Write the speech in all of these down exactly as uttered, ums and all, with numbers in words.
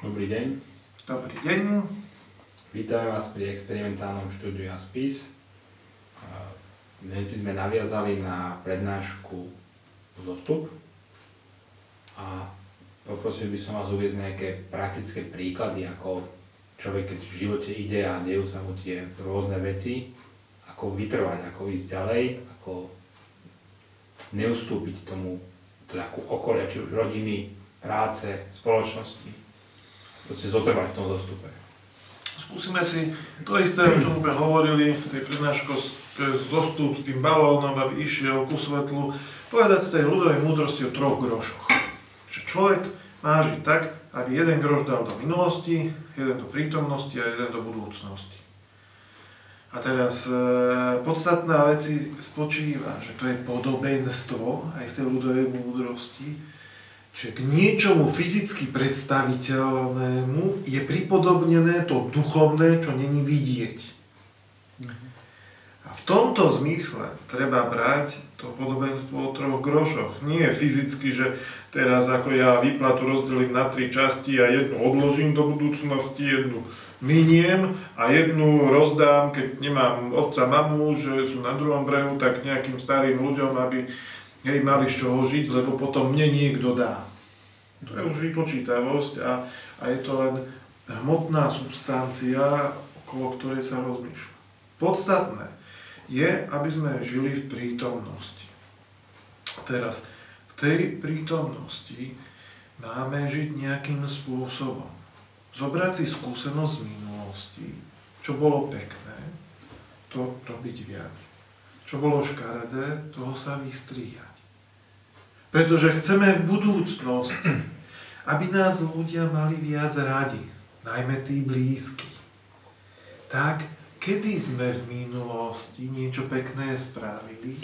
Dobrý deň. Dobrý deň. Vítame vás pri experimentálnom štúdiu Aspis. Dnes sme naviazali na prednášku Zostup a poprosil by som vás uviesť nejaké praktické príklady, ako človek, keď v živote ide a dejú sa mu tie rôzne veci, ako vytrvať, ako ísť ďalej, ako neustúpiť tomu tlaku okolia, či už rodiny, práce, spoločnosti. Proste zotrvať v tom zostupe. Skúsime si to isté, o čom sme hovorili v tej prednáške, zostup s tým balónom, aby išiel ku svetlu, povedať z tej ľudovej múdrosti o troch grošoch. Že človek má žiť tak, aby jeden groš dal do minulosti, jeden do prítomnosti a jeden do budúcnosti. A teraz e, podstatná vec spočíva, že to je podobenstvo aj v tej ľudovej múdrosti, že k niečomu fyzicky predstaviteľnému je pripodobnené to duchovné, čo není vidieť. A v tomto zmysle treba brať to podobenstvo o troch grošoch. Nie fyzicky, že teraz ako ja výplatu rozdelím na tri časti a jednu odložím do budúcnosti, jednu miniem a jednu rozdám, keď nemám otca, mamu, že sú na druhom brehu, tak nejakým starým ľuďom, aby hej, mali z čoho žiť, lebo potom mne niekto dá. To je už vypočítavosť a, a je to len hmotná substancia, okolo ktorej sa rozmýšľa. Podstatné je, aby sme žili v prítomnosti. Teraz, v tej prítomnosti máme žiť nejakým spôsobom. Zobrať si skúsenosť z minulosti, čo bolo pekné, to robiť viac. Čo bolo škaredé, toho sa vystriať. Pretože chceme v budúcnosti, aby nás ľudia mali viac radi, najmä tí blízky. Tak, kedy sme v minulosti niečo pekné spravili,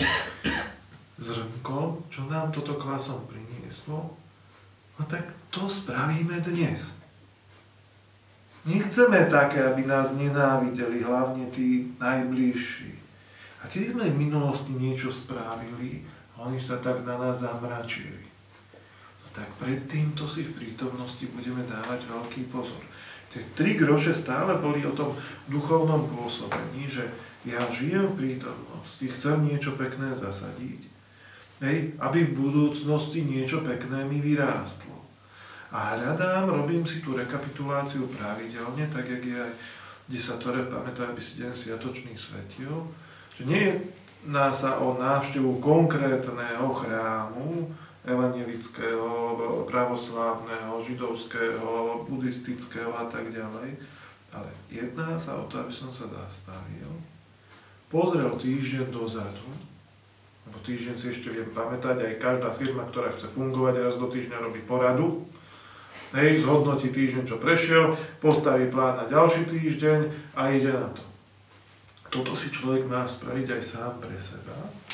zrnko, čo nám toto klasom prinieslo, no tak to spravíme dnes. Nechceme také, aby nás nenávideli, hlavne tí najbližší. A kedy sme v minulosti niečo spravili, oni sa tak na nás zamračili. No tak pred týmto si v prítomnosti budeme dávať veľký pozor. Tie tri groše stále boli o tom duchovnom pôsobení, že ja žijem v prítomnosti, chcem niečo pekné zasadiť, hej, aby v budúcnosti niečo pekné mi vyrástlo. A hľadám, robím si tú rekapituláciu pravidelne, tak jak je aj desatore, pamätaj by si deň sviatočných svetiel, že nie je na sa o návštevu konkrétneho chrámu, evangelického, pravoslávneho, židovského, buddhistického a tak ďalej, ale jedná sa o to, aby som sa zastavil, pozrel týždeň dozadu, lebo týždeň si ešte viem pamätať, aj každá firma, ktorá chce fungovať, raz do týždňa robí poradu, hej, zhodnotí týždeň, čo prešiel, postaví plán na ďalší týždeň a ide na to. Toto si človek má spraviť aj sám pre seba.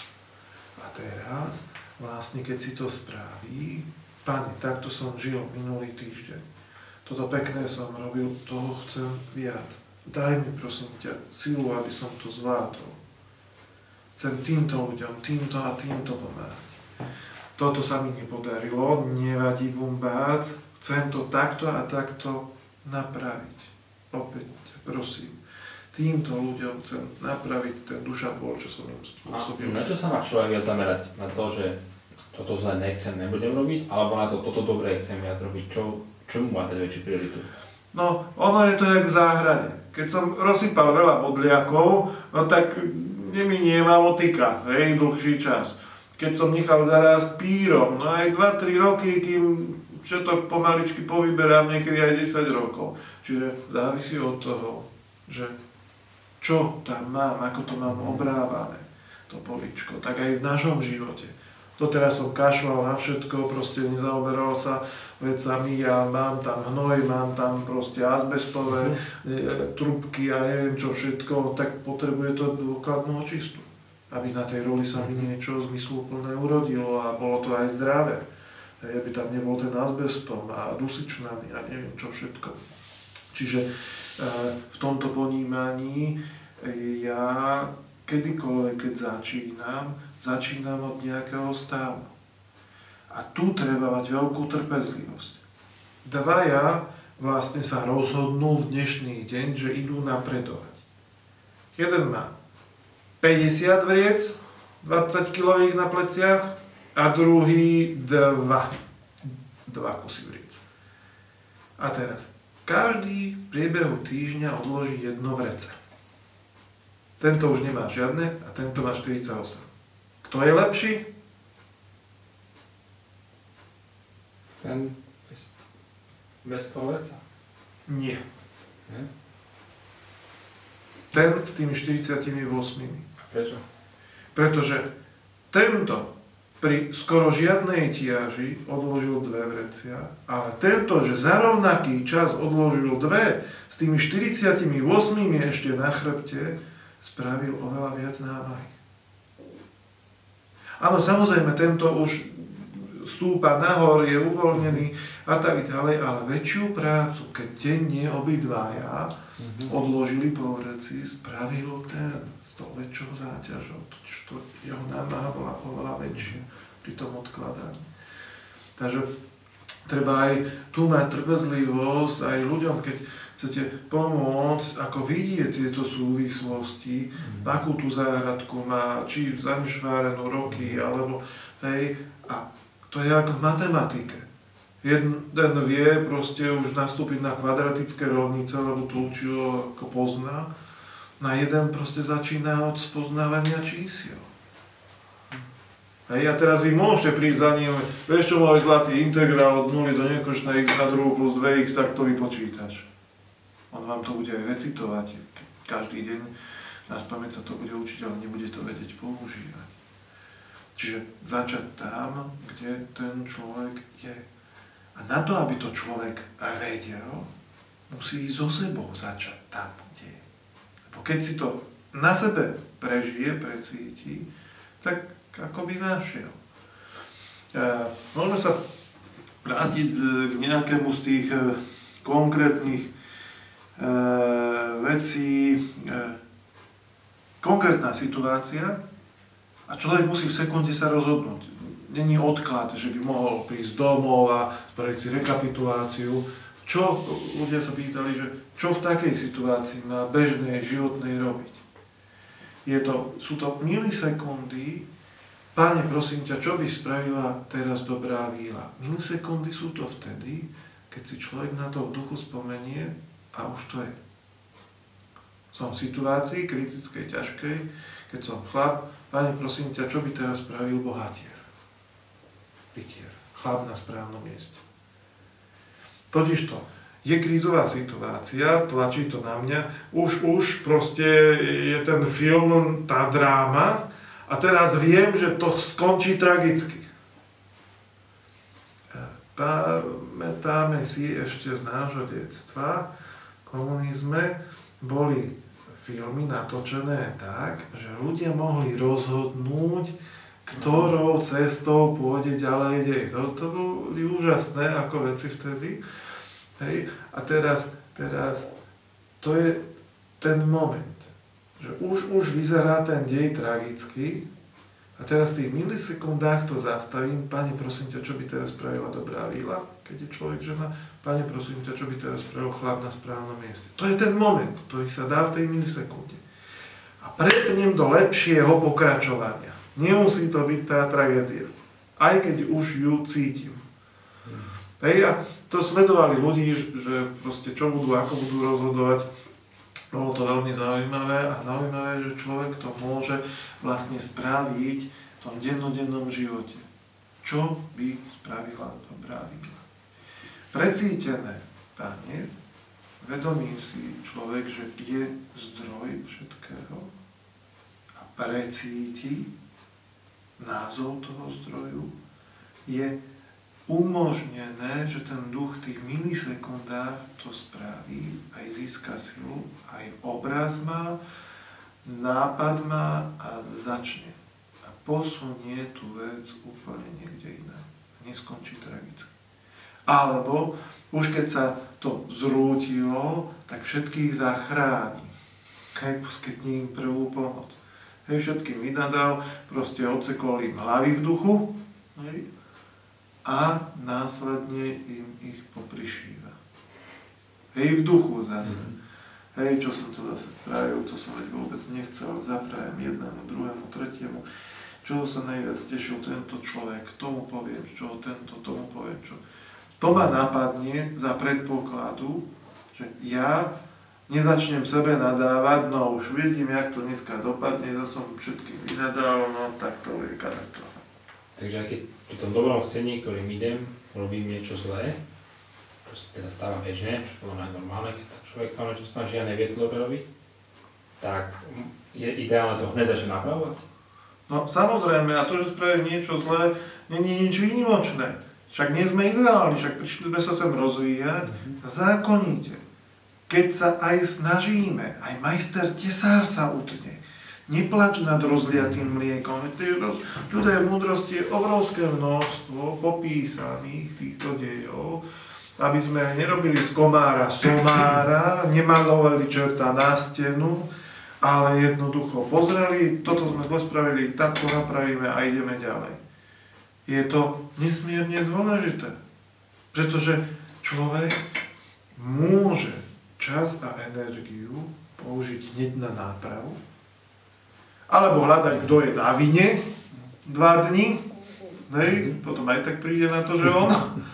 A teraz, vlastne keď si to spraví, Pane, takto som žil minulý týždeň. Toto pekné som robil, toho chcem viac. Daj mi, prosím ťa, silu, aby som to zvládol. Chcem týmto ľuďom, týmto a týmto pomáhať. Toto sa mi nepodarilo, nevadí bumbác, chcem to takto a takto napraviť. Opäť, prosím. Týmto ľuďom chcem napraviť ten dušabol, čo som im spôsobil. Na čo sa má človek viac zamerať? Na to, že toto zle nechcem, nebudem robiť? Alebo na to, toto dobré chcem viac robiť? Čo, čo mu má dať väčšiu prioritu? No, ono je to jak v záhrade. Keď som rozsypal veľa bodliakov, no tak neminie ma motika, hej, dlhší čas. Keď som nechal zarásť pírom, no aj dva tri roky, kým všetok pomaličky povyberám, niekedy aj desať rokov. Čiže závisí od toho, že čo tam mám, ako to mám obrávané, to políčko, tak aj v našom živote. Doteraz som kašľal na všetko, proste nezaoberal sa vecami, ja mám tam hnoj, mám tam proste azbestové mm. trubky a neviem čo všetko, tak potrebuje to dôkladnú očistu, aby na tej roli sa mi niečo zmysluplné urodilo a bolo to aj zdravé. Aby tam nebol ten azbestom a dusičnami a neviem čo všetko. Čiže v tomto ponímaní ja kedykoľvek, keď začínam, začínam od nejakého stavu. A tu treba mať veľkú trpezlivosť. Dvaja vlastne sa rozhodnú v dnešný deň, že idú napredovať. Jeden má päťdesiat vriec, dvadsať kilových na pleciach a druhý dva, dva kusy vriec. A teraz, každý v priebehu týždňa odloží jedno vrece. Tento už nemá žiadne a tento má štyridsaťosem. Kto je lepší? Ten bez, bez toho vreca. Nie. Nie? Ten s tými štyridsiatosem. Prečo? Pretože tento pri skoro žiadnej tiaži odložil dve vrecia, ale tento, že za rovnaký čas odložil dve, s tými štyridsiatimi ôsmimi ešte na chrbte, spravil oveľa viac námahy. Áno, samozrejme, tento už stúpa nahor, je uvoľnený a tak ďalej, ale väčšiu prácu, keď denne obidvaja odložili po vreci, spravil ten s tou väčšou záťažou, to jeho námaha bola oveľa väčšia pri tom odkladaní. Takže treba aj tu mať trpezlivosť aj ľuďom, keď chcete pomôcť, ako vidieť tieto súvislosti, mm. akú tú záhradku má, či zamšvárenú roky, alebo hej, a to je ako v matematike. Jeden vie proste už nastúpiť na kvadratické rovnice, lebo to učilo ako pozná, na jeden proste začína od spoznávania čísiel. Hej, a teraz vy môžete prísť za ním, vieš čo môj zlatý integrál od nuly do nekonečnej x na druhú plus dve x, tak to vypočítaš. On vám to bude aj recitovať, každý deň nás pamäť sa to bude učiť, ale nebude to vedieť používať. Čiže začať tam, kde ten človek je. A na to, aby to človek vedel, musí so sebou začať tam, kde je. Lebo keď si to na sebe prežije, precíti, tak ako by našiel. E, môžeme sa vrátiť k nejakému z tých e, konkrétnych e, vecí. E, konkrétna situácia a človek musí v sekunde sa rozhodnúť. Není odklad, že by mohol prísť domov a spraviť si rekapituláciu. Čo, ľudia sa pýtali, že čo v takej situácii na bežnej životnej robiť. Je to, sú to milisekundy. Páne, prosím ťa, čo by spravila teraz dobrá víla? Milisekundy sú to vtedy, keď si človek na to v duchu spomenie a už to je. Som v situácii kritickej, ťažkej, keď som chlap, páne, prosím ťa, čo by teraz spravil bohatier? Rytier. Chlap na správnom mieste. Totižto, je krízová situácia, tlačí to na mňa, už, už proste je ten film, tá dráma, a teraz viem, že to skončí tragicky. Pamätáme si ešte z nášho detstva, v komunizme boli filmy natočené tak, že ľudia mohli rozhodnúť, ktorou cestou pôjde ďalej dej. To, to boli úžasné ako veci vtedy. Hej. A teraz, teraz to je ten moment. Že už, už vyzerá ten dej tragicky a teraz v tých milisekundách to zastavím. Pane, prosím ťa, čo by teraz spravila dobrá víla, keď je človek žena? Pane, prosím ťa, čo by teraz spravil chlap na správnom mieste? To je ten moment, ktorý sa dá v tej milisekunde. A prepnem do lepšieho pokračovania. Nemusí to byť tá tragédia. Aj keď už ju cítim. Hmm. Hej, a to sledovali ľudí, že proste čo budú, ako budú rozhodovať. Bolo to veľmi zaujímavé a zaujímavé, že človek to môže vlastne spraviť v tom dennodennom živote. Čo by spravila dobrá víla? Precítené, Pane, vedomí si človek, že je zdroj všetkého a precíti názov toho zdroju, je umožnené, že ten duch v tých milisekundách to spraví, aj získa silu, aj obraz má, nápad má a začne. A posunie tú vec úplne niekde iné. Neskončí tragicky. Alebo už keď sa to zrútilo, tak všetkých zachráni. Hej, poskytní im prvú pomoc. Hej, všetkým vynadal, proste odsekol im hlavy v duchu, hej, a následne im ich poprišíva. Hej, v duchu zase. Mm. Hej, čo som to zase spravil, to som veď vôbec nechcel, zaprajem jednému, druhému, tretiemu. Čoho sa najviac tešil tento človek, tomu poviem, čo tento, tomu poviem, čo. To ma napadne za predpokladu, že ja nezačnem sebe nadávať, no už vidím, jak to dneska dopadne, zase som všetkým vynadal, no tak to je katastrofa. Takže aj keď pri tom dobrom chcení, ktorým idem, robím niečo zlé, čo sa teda stáva bežne, čo podľa mňa je normálne, keď tak človek sa niečo snaží a nevie to dobre robiť, tak je ideálne to hneď začať napravovať. No samozrejme, a to, že spravím niečo zlé, není nič výnimočné. Však nie sme ideálni, však prišli sme sa sem rozvíjať mm-hmm. zákonite. Keď sa aj snažíme, aj majster tesár sa utne. Neplač nad rozliatým mliekom. Ľudé múdrosti je obrovské množstvo popísaných týchto dejov, aby sme nerobili z komára somára, nemalovali čerta na stenu, ale jednoducho pozreli, toto sme zle spravili, tak to napravíme a ideme ďalej. Je to nesmierne dôležité, pretože človek môže čas a energiu použiť hneď na nápravu, alebo hľadať, kto je na vine dva dni, hej, potom aj tak príde na to, že on,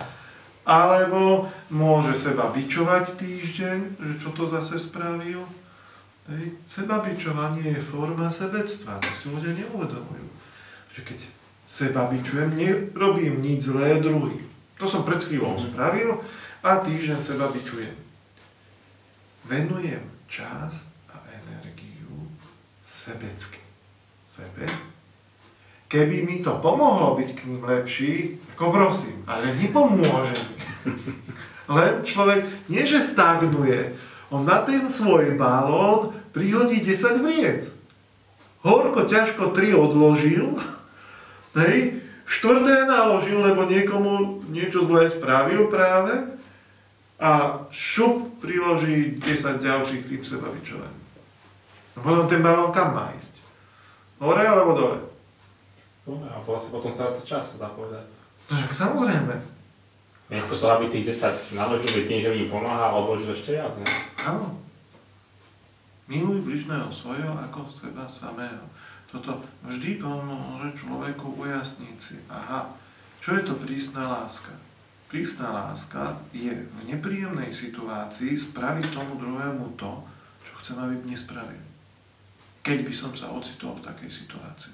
alebo môže seba bičovať týždeň, že čo to zase spravil. Hej. Sebabičovanie je forma sebectva, to si ľudia neuvedomujú. Že keď sebabičujem, nerobím nič zlé druhým. To som pred chvíľou spravil a týždeň sebabičujem. Venujem čas a energiu sebecky. Sebe. Keby mi to pomohlo byť k ním lepší, ako prosím, ale nepomôže mi. Len človek nie že stagnuje, on na ten svoj balón prihodí desať vriec. Horko, ťažko tri odložil, hej, štvrté naložil, lebo niekomu niečo zlé spravil práve a šup priloží desať ďalších tým sebabičovaním. A potom ten balón kam má ísť? Hore alebo dole? Dobre, a vlastne potom stráca čas, dá povedať. No však samozrejme. Miesto toho, aby tých desať naložili tým, že im pomáha a odložil ešte viac, ne? Áno. Miluj bližného svojho ako seba samého. Toto vždy pomôže človeku ujasniť si. Aha, čo je to prísna láska? Prísna láska je v nepríjemnej situácii spraviť tomu druhému to, čo chcem, aby mne spravil. Keď by som sa ocitol v takej situácii.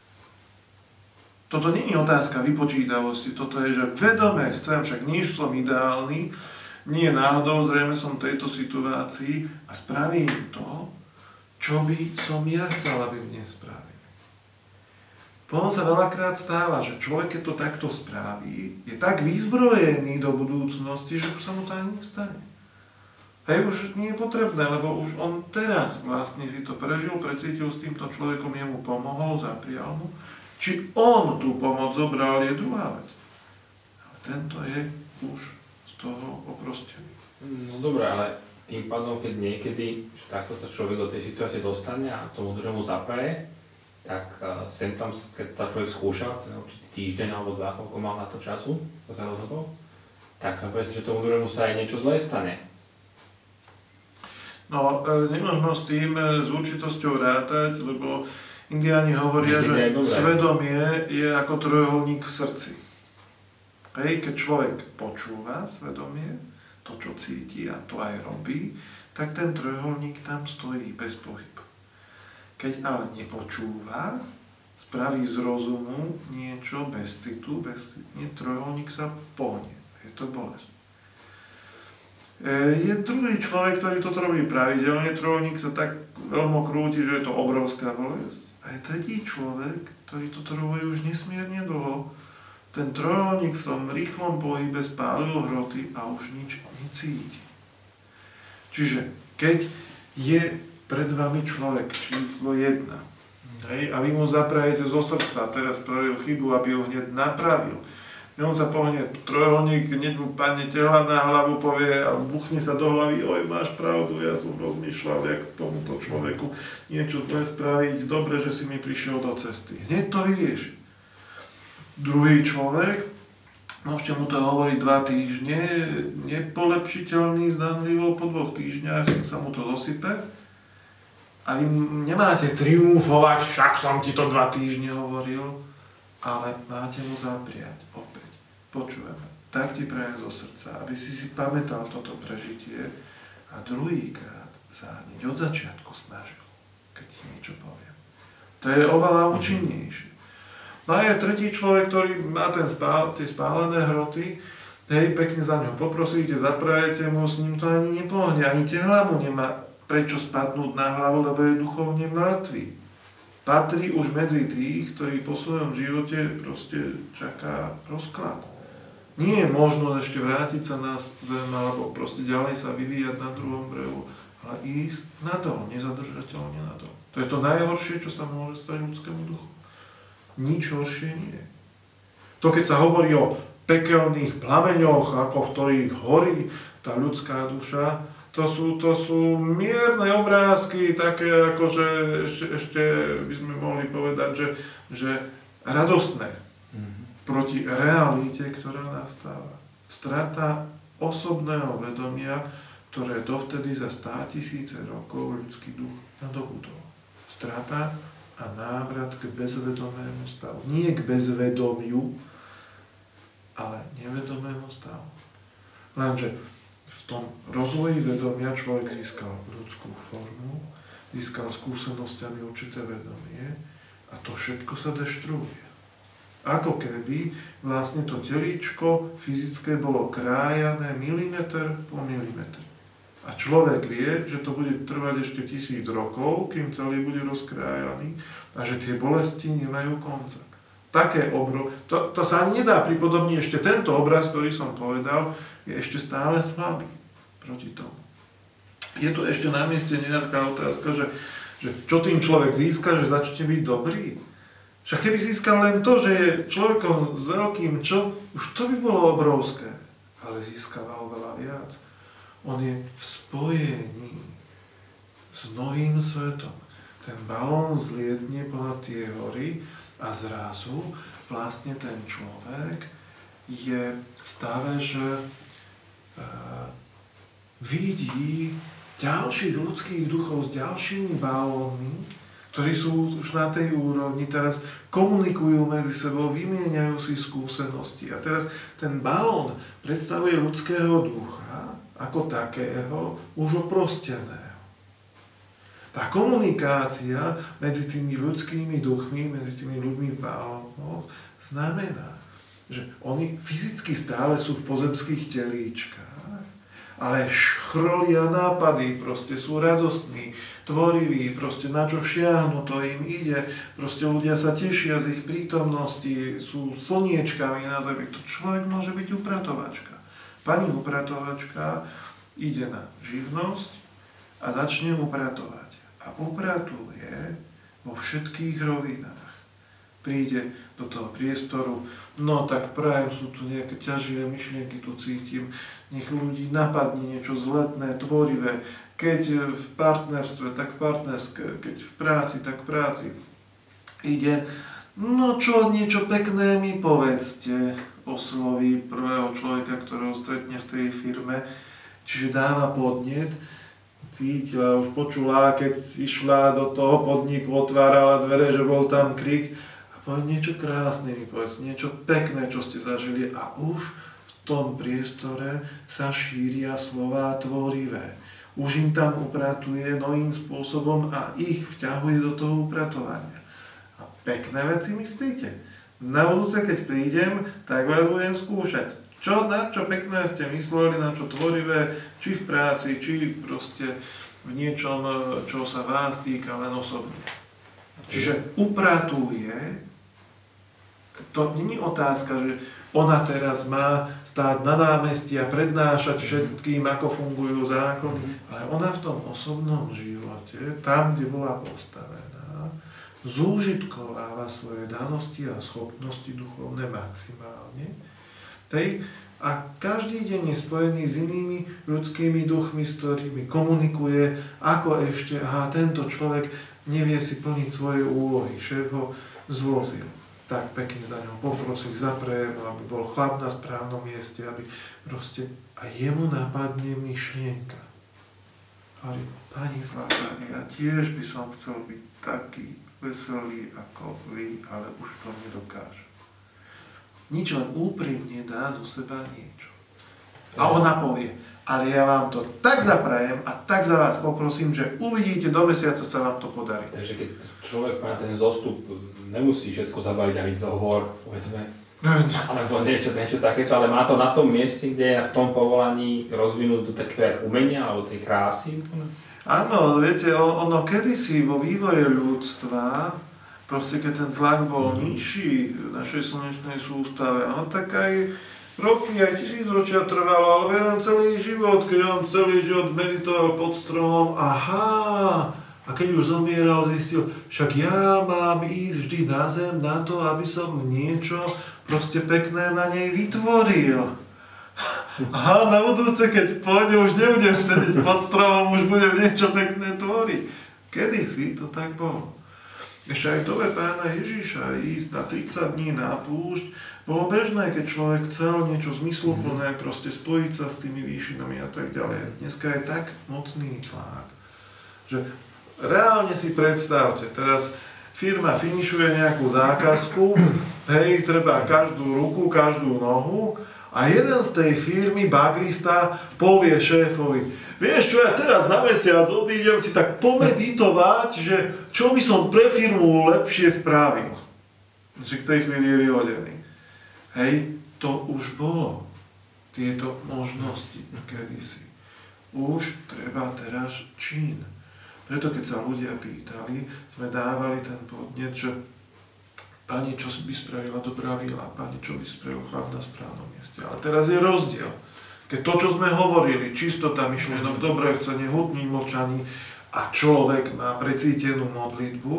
Toto nie je otázka vypočítavosti, toto je, že vedome chcem, však nie som ideálny, nie náhodou, zrejme som v tejto situácii a spravím to, čo by som ja chcel, aby mne spravil. Potom sa veľakrát stáva, že človek, keď to takto spraví, je tak vyzbrojený do budúcnosti, že už sa mu to ani nestane. Hej, už nie je potrebné, lebo už on teraz vlastne si to prežil, precítil s týmto človekom, jemu pomohol, zaprial mu. Či on tú pomoc zobral, je druhá vec. Ale tento je už z toho oprostený. No dobré, ale tým pádom, keď niekedy, že takto sa človek do tej situácie dostane a tomu druhému zapraje, tak uh, sem tam, keď tá človek skúšal, teda určitý týždeň alebo dva, koľko mal na to času, to sa rozhodol, tak sa povedzte, že tomu druhému sa aj niečo zlé stane. No, e, nemožno s tým e, s určitosťou rátať, lebo Indiáni hovoria, že svedomie je ako trojuholník v srdci. Hej, keď človek počúva svedomie, to čo cíti a to aj robí, tak ten trojuholník tam stojí bez pohybu. Keď ale nepočúva, spraví z rozumu niečo bez citu, bez citne, trojuholník sa pohne. Je to bolesť. Je druhý človek, ktorý toto robí pravidelne, trojuholník sa tak veľmi krúti, že je to obrovská bolesť. A je tretí človek, ktorý toto robí už nesmierne dlho. Ten trojuholník v tom rýchlom pohybe spálil hroty a už nič necíti. Čiže keď je pred vami človek číslo jedna, hej, a vy mu zaprajete zo srdca, teraz spravil chybu, aby ho hneď napravil, on sa pohne trojuholník, hneď mu padne tela na hlavu, povie a buchne sa do hlavy, oj, máš pravdu, ja som rozmýšľal, jak tomuto človeku niečo zlé spraviť, dobre, že si mi prišiel do cesty. Hneď to vyrieši. Druhý človek Môžete mu to hovoriť dva týždne, nepolepšiteľný zdanlivo, po dvoch týždňach sa mu to zosype. A vy nemáte triumfovať, však som ti to dva týždne hovoril, ale máte mu zapriať opäť. Počujeme. Tak ti prajem zo srdca, aby si si pamätal toto prežitie a druhýkrát sa hneď od začiatku snažil, keď ti niečo poviem. To je oveľa účinnejšie. No a je tretí človek, ktorý má ten spál, tie spálené hroty, hej, pekne za ňo poprosíte, zaprajete mu, s ním to ani nepohne, ani tehla mu nemá prečo spadnúť na hlavu, lebo je duchovne mŕtvý. Patrí už medzi tých, ktorí po svojom živote proste čaká rozklad. Nie je možno ešte vrátiť sa na zem, alebo proste ďalej sa vyvíjať na druhom brehu, ale ísť nadol, nezadržateľne nadol. To je to najhoršie, čo sa môže stať ľudskému duchu. Nič horšie nie. To, keď sa hovorí o pekelných plameňoch, ako v ktorých horí tá ľudská duša, to sú, to sú mierne obrázky, také akože ešte, ešte by sme mohli povedať, že, že radostné mm-hmm. proti realite, ktorá nastáva. Strata osobného vedomia, ktoré dovtedy za státisíce rokov ľudský duch nadobudol. Strata a návrat k bezvedomému stavu. Nie k bezvedomiu, ale nevedomému stavu. Lenže v tom rozvoji vedomia človek získal ľudskú formu, získal skúsenosťami určité vedomie a to všetko sa deštruuje. Ako keby vlastne to telíčko fyzické bolo krájané milimeter po milimeter. A človek vie, že to bude trvať ešte tisíc rokov, kým celý bude rozkrájaný a že tie bolesti nemajú konca. Také obrov... To, to sa ani nedá pripodobniť, ešte tento obraz, ktorý som povedal, je ešte stále slabý proti tomu. Je tu ešte na mieste nejaká otázka, že, že čo tým človek získa, že začne byť dobrý? Však keby získal len to, že je človekom s veľkým čo, už to by bolo obrovské. Ale získava oveľa viac. On je v spojení s novým svetom. Ten balón zlietne ponad tie hory a zrazu vlastne ten človek je v stave, že e, vidí ďalších ľudských duchov s ďalšími balónmi, ktorí sú už na tej úrovni, teraz komunikujú medzi sebou, vymieňajú si skúsenosti. A teraz ten balón predstavuje ľudského ducha ako takého už oprosteného. Tá komunikácia medzi tými ľudskými duchmi, medzi tými ľuďmi v balónoch znamená, že oni fyzicky stále sú v pozemských telíčkach, ale šchrolia nápady, proste sú radostní, tvoriví, proste na čo šiahnu, to im ide, proste ľudia sa tešia z ich prítomnosti, sú slniečkami na zemi. To človek môže byť upratovačka. Pani upratovačka ide na živnosť a začne upratovať. A upratuje vo všetkých rovinách. Príde do toho priestoru, no tak prajem, sú tu nejaké ťaživé myšlienky, tu cítim, nech ľudí napadne niečo zletné, tvorivé, keď v partnerstve, tak partnerské, keď v práci, tak v práci. Ide, no čo, niečo pekné mi povedzte, osloví prvého človeka, ktorého stretne v tej firme, čiže dáva podnet, cítila, už počula, keď išla do toho podniku, otvárala dvere, že bol tam krik a povedz niečo krásne mi povedz, niečo pekné, čo ste zažili a už v tom priestore sa šíria slová tvorivé. Už im tam upratuje novým spôsobom a ich vťahuje do toho upratovania. A pekné veci myslíte? Na budúce, keď prídem, tak vás budem skúšať. Čo, na čo pekné ste mysleli, na čo tvorivé, či v práci, či proste v niečom, čo sa vás týka len osobne. Čiže upratuje, to nie je otázka, že ona teraz má stáť na námestí a prednášať všetkým, ako fungujú zákony, ale ona v tom osobnom živote, tam, kde bola postavená, zúžitkováva svoje danosti a schopnosti duchovné maximálne. Tej, a každý deň je spojený s inými ľudskými duchmi, s ktorými komunikuje, ako ešte, aha, tento človek nevie si plniť svoje úlohy, šéf ho zvozil. tak pekne za ňou poprosí, zaprejem, aby bol chlap na správnom mieste, aby proste a jemu napadne myšlienka. Ale pani zlatá, ja tiež by som chcel byť taký veselý ako vy, ale už to nedokážem. Nič, len úprimne dá zo seba niečo. A ona povie, ale ja vám to tak zaprajem a tak za vás poprosím, že uvidíte, do mesiaca sa vám to podarí. Takže keď človek má ten zostup, nemusí všetko zabaliť a ísť do hôr, povedzme, alebo niečo, niečo takéto, ale má to na tom mieste, kde je v tom povolaní rozvinúť do takého umenia alebo tej krásy. Áno, viete, ono kedysi vo vývoje ľudstva, proste keď ten tlak bol nižší v našej slnečnej sústave, no tak aj roky, aj tisícročia trvalo, ale len celý život, keď on celý život meditoval pod stromom, aha, a keď už zomieral, zistil, však ja mám ísť vždy na zem na to, aby som niečo proste pekné na nej vytvoril. Aha, na budúce, keď pôjde, už nebudem sedieť pod stromom, už budem niečo pekné tvoriť. Kedysi to tak bolo. Ešte aj v dobe pána Ježiša ísť na tridsať dní na púšť bolo bežné, keď človek chcel niečo zmysluplné, proste spojiť sa s tými výšinami a tak ďalej. Dneska je tak mocný tlak, že reálne si predstavte, teraz firma finišuje nejakú zákazku, hej, treba každú ruku, každú nohu a jeden z tej firmy, bagrista, povie šéfovi, vieš čo, ja teraz na mesiac odídem si tak pomeditovať, že čo by som pre firmu lepšie spravil. Že v tej chvíli je vyhodený. Hej, to už bolo. Tieto možnosti kedysi. Už treba teraz čin. Preto keď sa ľudia pýtali, sme dávali ten podnet, že pani, čo by spravila dobrá vila, pani, čo by spravil chlap na správnom mieste. Ale teraz je rozdiel. Keď to, čo sme hovorili, čistota myšlienok, dobré chcenie, hutný mlčaní a človek má precítenú modlitbu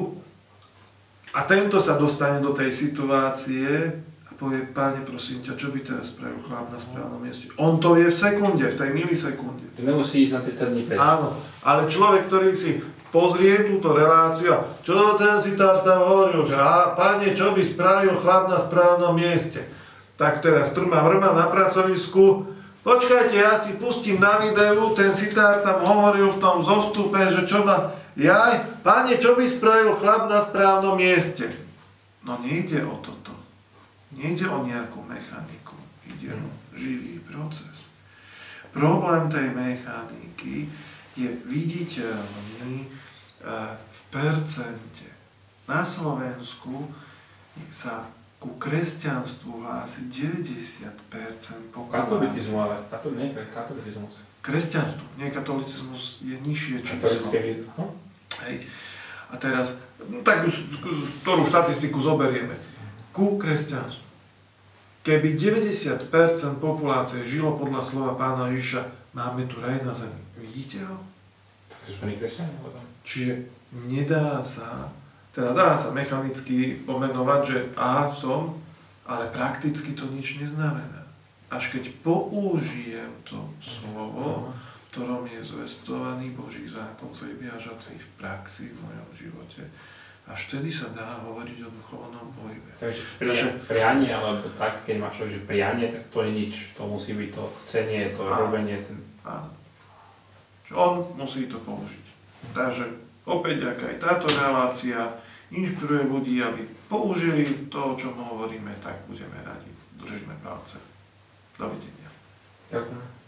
a tento sa dostane do tej situácie a povie, páne, prosím ťa, čo by teraz spravil chlap na správnom mieste. On to je v sekunde, v tej milisekunde. Ty nemusí ísť na tridsať dní preč. Áno, ale človek, ktorý si pozrie túto reláciu a čo ten Siddhartha tam hovoril, že a páne, čo by spravil chlap na správnom mieste. Tak teraz trma vrma na pracovisku, počkajte, ja si pustím na videu, ten Siddhartha tam hovoril v tom zostupe, že čo má, jaj, páne, čo by spravil chlap na správnom mieste. No nejde o toto. Nejde o nejakú mechaniku, ide o živý proces. Problém tej mechaniky je viditeľný v percente. Na Slovensku sa ku kresťanstvu hlási deväťdesiat percent populácie. Katolizmu, ale kato, nie katolizmus. Kresťanstvo, nie katolicizmus je nižšie číslo. No? Hej. A teraz, no, tak ktorú štatistiku zoberieme? Ku kresťanstvu. Keby deväťdesiat percent populácie žilo podľa slova pána Ježiša, máme tu raj na zemi. Vidíte ho? Čiže nedá sa, teda dá sa mechanicky pomenovať, že a som, ale prakticky to nič neznamená. Až keď použijem to slovo, v ktorom je zvestovaný Boží zákon sa vyjažatý v praxi, v mojom živote, až vtedy sa dá hovoriť o duchovnom pohybe. Takže pria, prianie, alebo tak, keď máš že prianie, tak to je nič. To musí byť to chcenie, to áno. Robenie. Ten... Áno. On musí to použiť. Takže opäť, aká aj táto relácia inšpiruje ľudí, aby použili to, o čom hovoríme, tak budeme radi. Držíme palce. Dovidenia. Ďakujem.